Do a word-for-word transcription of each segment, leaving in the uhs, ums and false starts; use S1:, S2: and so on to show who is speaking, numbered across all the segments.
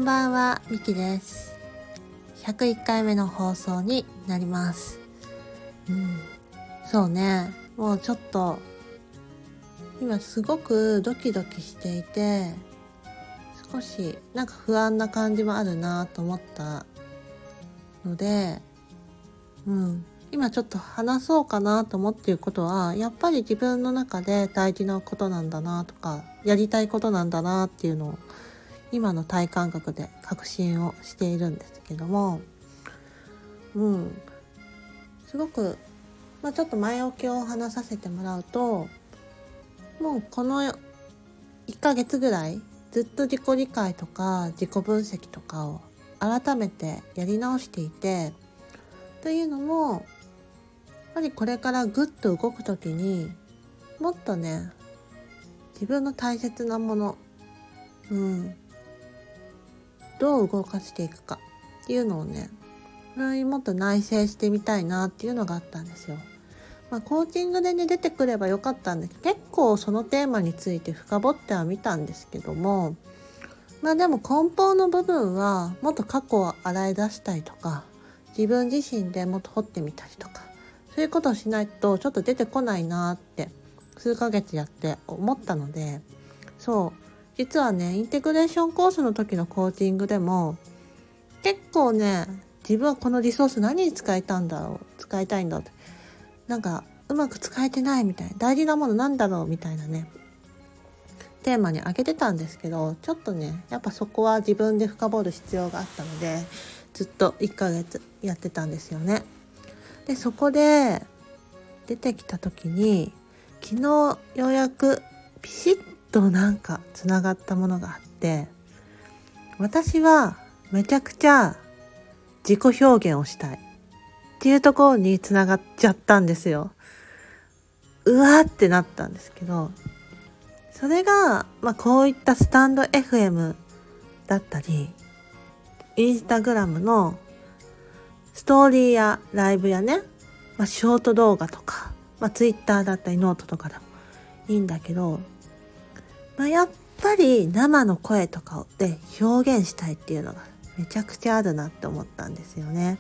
S1: んばんは、みきです。ひゃくいっかいめの放送になります。うん、そうね、もうちょっと今すごくドキドキしていて、少しなんか不安な感じもあるなと思ったので、うん、今ちょっと話そうかなと思っていることは、やっぱり自分の中で大事なことなんだなとか、やりたいことなんだなっていうのを今の体感覚で確信をしているんですけども、うん、すごく、まあ、ちょっと前置きを話させてもらうと、もうこのいっかげつぐらいずっと自己理解とか自己分析とかを改めてやり直していて、というのもやっぱりこれからぐっと動くときにもっとね、自分の大切なもの、うん、どう動かしていくかっていうのをね、もっと内省してみたいなっていうのがあったんですよ。まあ、コーチングでね出てくればよかったんですけど、結構そのテーマについて深掘ってはみたんですけども、まあでも根本の部分はもっと過去を洗い出したりとか、自分自身でもっと掘ってみたりとか、そういうことをしないとちょっと出てこないなって数ヶ月やって思ったので、そう実はね、インテグレーションコースの時のコーチングでも結構ね、自分はこのリソース何に使いたいんだろう使いたいんだって、なんかうまく使えてないみたいな、大事なものなんだろうみたいなねテーマに挙げてたんですけど、ちょっとねやっぱそこは自分で深掘る必要があったので、ずっといっかげつやってたんですよね。でそこで出てきた時に、昨日ようやくピシッとなんかつながったものがあって、私はめちゃくちゃ自己表現をしたいっていうところにつながっちゃったんですよ。うわーってなったんですけど、それが、まあ、こういったスタンド エフエム だったり、インスタグラムのストーリーやライブやね、まあ、ショート動画とか、まあ、ツイッターだったりノートとかでもいいんだけど、まあ、やっぱり生の声とかで表現したいっていうのがめちゃくちゃあるなって思ったんですよね。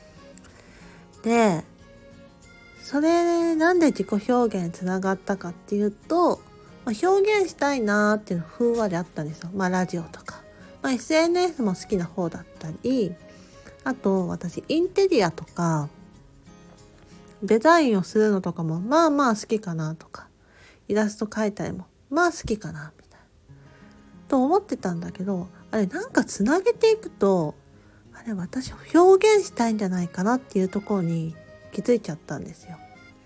S1: で、それなんで自己表現につながったかっていうと、まあ、表現したいなーっていうのふんわりあったんですよ。まあラジオとか、まあ、エスエヌエス も好きな方だったり、あと私インテリアとかデザインをするのとかもまあまあ好きかなとか、イラスト描いたりもまあ好きかなみたいなと思ってたんだけど、あれなんかつなげていくと、あれ私表現したいんじゃないかなっていうところに気づいちゃったんですよ。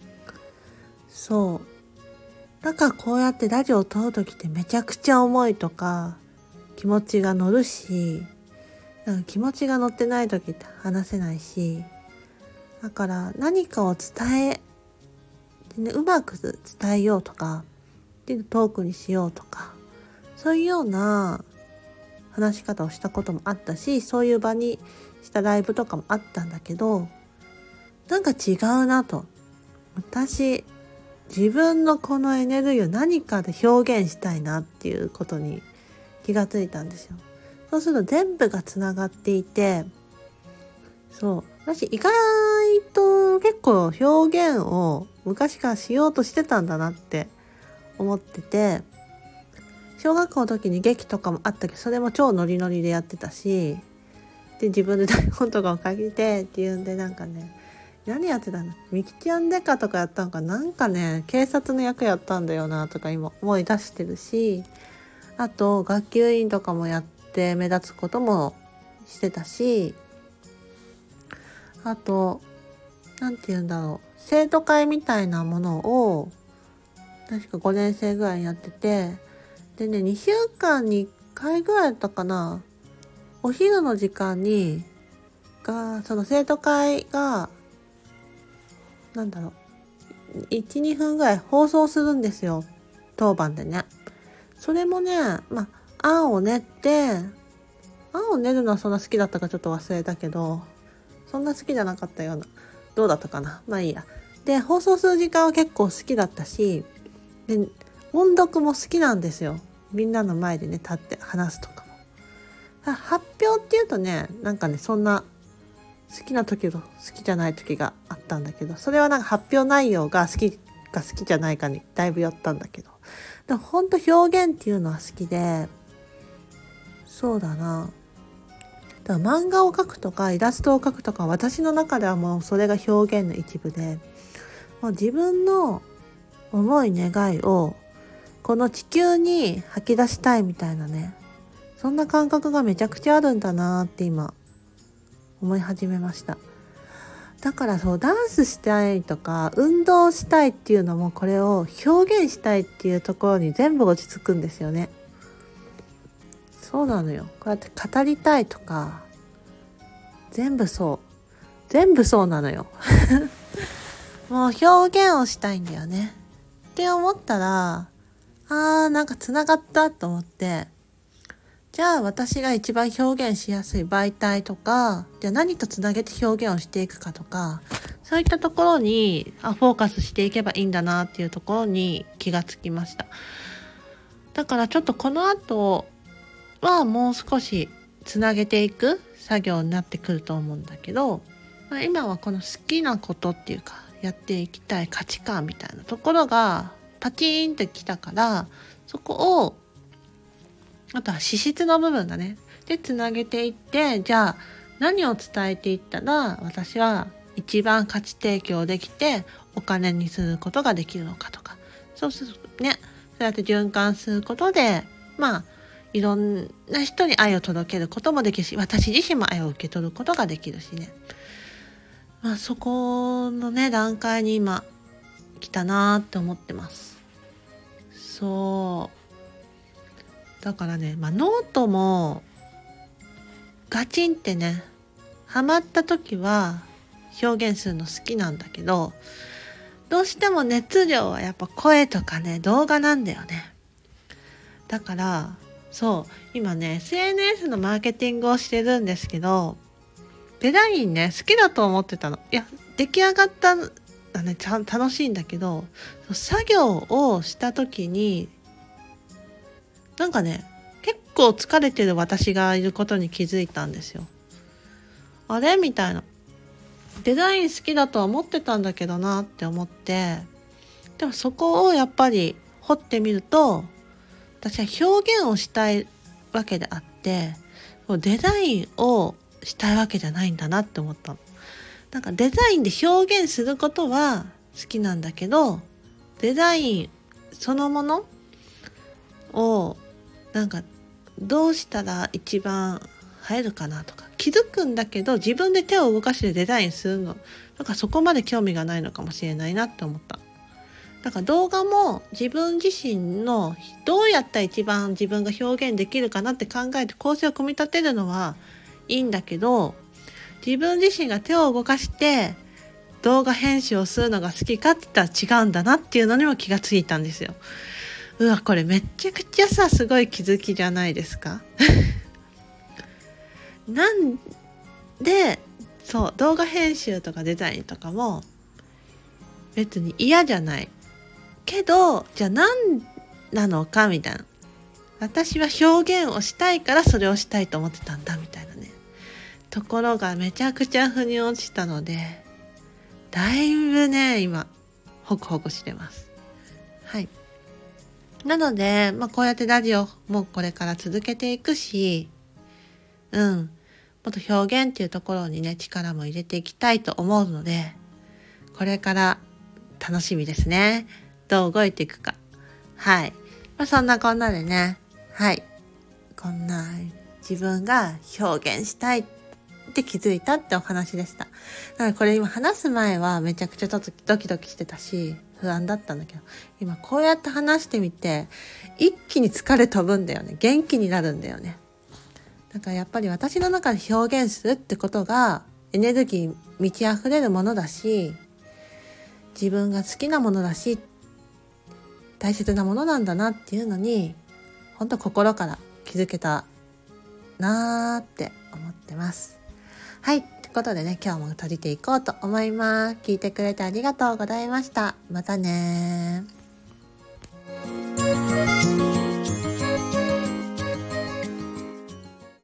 S1: そうだからこうやってラジオを撮るときってめちゃくちゃ重いとか気持ちが乗るし、なんか気持ちが乗ってないときって話せないし、だから何かを伝え、ね、うまく伝えようとかっていうトークにしようとか、そういうような話し方をしたこともあったし、そういう場にしたライブとかもあったんだけど、なんか違うなと。私自分のこのエネルギーを何かで表現したいなっていうことに気がついたんですよ。そうすると全部がつながっていて、そう私意外と結構表現を昔からしようとしてたんだなって思ってて、小学校の時に劇とかもあったけど、それも超ノリノリでやってたし、で自分で台本とかを書いてっていうんで、なんかね、何やってたの、ミキティアンデカとかやったのか、なんかね警察の役やったんだよなとか今思い出してるし、あと学級委員とかもやって目立つこともしてたし、あとなんて言うんだろう、生徒会みたいなものを確かごねん生ぐらいやってて、でねにしゅうかんにいっかいぐらいだったかな、お昼の時間にがその生徒会がなんだろう いち,に 分ぐらい放送するんですよ、当番でね。それもね、まあ案を練って案を練るのはそんな好きだったかちょっと忘れたけど、そんな好きじゃなかったような、どうだったかな、まあいいや。で放送する時間は結構好きだったし、で音読も好きなんですよ、みんなの前でね立って話すとかも。 発表っていうとね、なんかね、そんな好きな時と好きじゃない時があったんだけど、それはなんか発表内容が好きか好きじゃないかにだいぶ寄ったんだけど、でも本当表現っていうのは好きで、そうだな、だから漫画を描くとかイラストを描くとか、私の中ではもうそれが表現の一部で、もう自分の思い願いをこの地球に吐き出したいみたいなね、そんな感覚がめちゃくちゃあるんだなって今思い始めました。だからそう、ダンスしたいとか運動したいっていうのも、これを表現したいっていうところに全部落ち着くんですよね。そうなのよ。こうやって語りたいとか、全部そう全部そうなのよもう表現をしたいんだよねって思ったら、あーなんかつながったと思って、じゃあ私が一番表現しやすい媒体とか、じゃあ何とつなげて表現をしていくかとか、そういったところにあフォーカスしていけばいいんだなっていうところに気がつきました。だからちょっとこの後はもう少しつなげていく作業になってくると思うんだけど、まあ、今はこの好きなことっていうか、やっていきたい価値観みたいなところがパチーンってきたから、そこをあとは資質の部分だねでつなげていって、じゃあ何を伝えていったら私は一番価値提供できてお金にすることができるのかとか、そうするとね、そうやって循環することで、まあいろんな人に愛を届けることもできるし、私自身も愛を受け取ることができるしね、まあそこのね段階に今来たなーって思ってます。そうだからね、まあ、ノートもガチンってねハマった時は表現するの好きなんだけど、どうしても熱量はやっぱ声とかね動画なんだよね。だからそう今ね エスエヌエス のマーケティングをしてるんですけど、デザインね好きだと思ってたの。いや出来上がったらねちゃん楽しいんだけど、作業をした時になんかね結構疲れてる私がいることに気づいたんですよ。あれみたいな、デザイン好きだとは思ってたんだけどなって思って、でもそこをやっぱり掘ってみると、私は表現をしたいわけであってデザインをしたいわけじゃないんだなって思ったの。なんかデザインで表現することは好きなんだけど、デザインそのものをなんかどうしたら一番映えるかなとか気づくんだけど、自分で手を動かしてデザインするのなんかそこまで興味がないのかもしれないなって思った。だから動画も自分自身のどうやったら一番自分が表現できるかなって考えて構成を組み立てるのはいいんだけど、自分自身が手を動かして動画編集をするのが好きかって言ったら違うんだなっていうのにも気がついたんですよ。うわこれめっちゃくちゃさすごい気づきじゃないですかなんでそう動画編集とかデザインとかも別に嫌じゃないけど、じゃあ何なのかみたいな、私は表現をしたいからそれをしたいと思ってたんだみたいなねところがめちゃくちゃ腑に落ちたので、だいぶね今ホクホクしてます。はい。なので、まあ、こうやってラジオもこれから続けていくし、うん、もっと表現っていうところにね力も入れていきたいと思うので、これから楽しみですね。どう動いていくか。はい。まあ、そんなこんなでね、はい。こんな自分が表現したいって気づいたってお話でした。だからこれ今話す前はめちゃくちゃちょっとドキドキしてたし不安だったんだけど、今こうやって話してみて一気に疲れ飛ぶんだよね。元気になるんだよね。だからやっぱり私の中で表現するってことがエネルギー満ち溢れるものだし、自分が好きなものだし大切なものなんだなっていうのに本当心から気づけたなーって思ってます。はい、ということでね今日も閉じていこうと思います。聞いてくれてありがとうございました。またねー。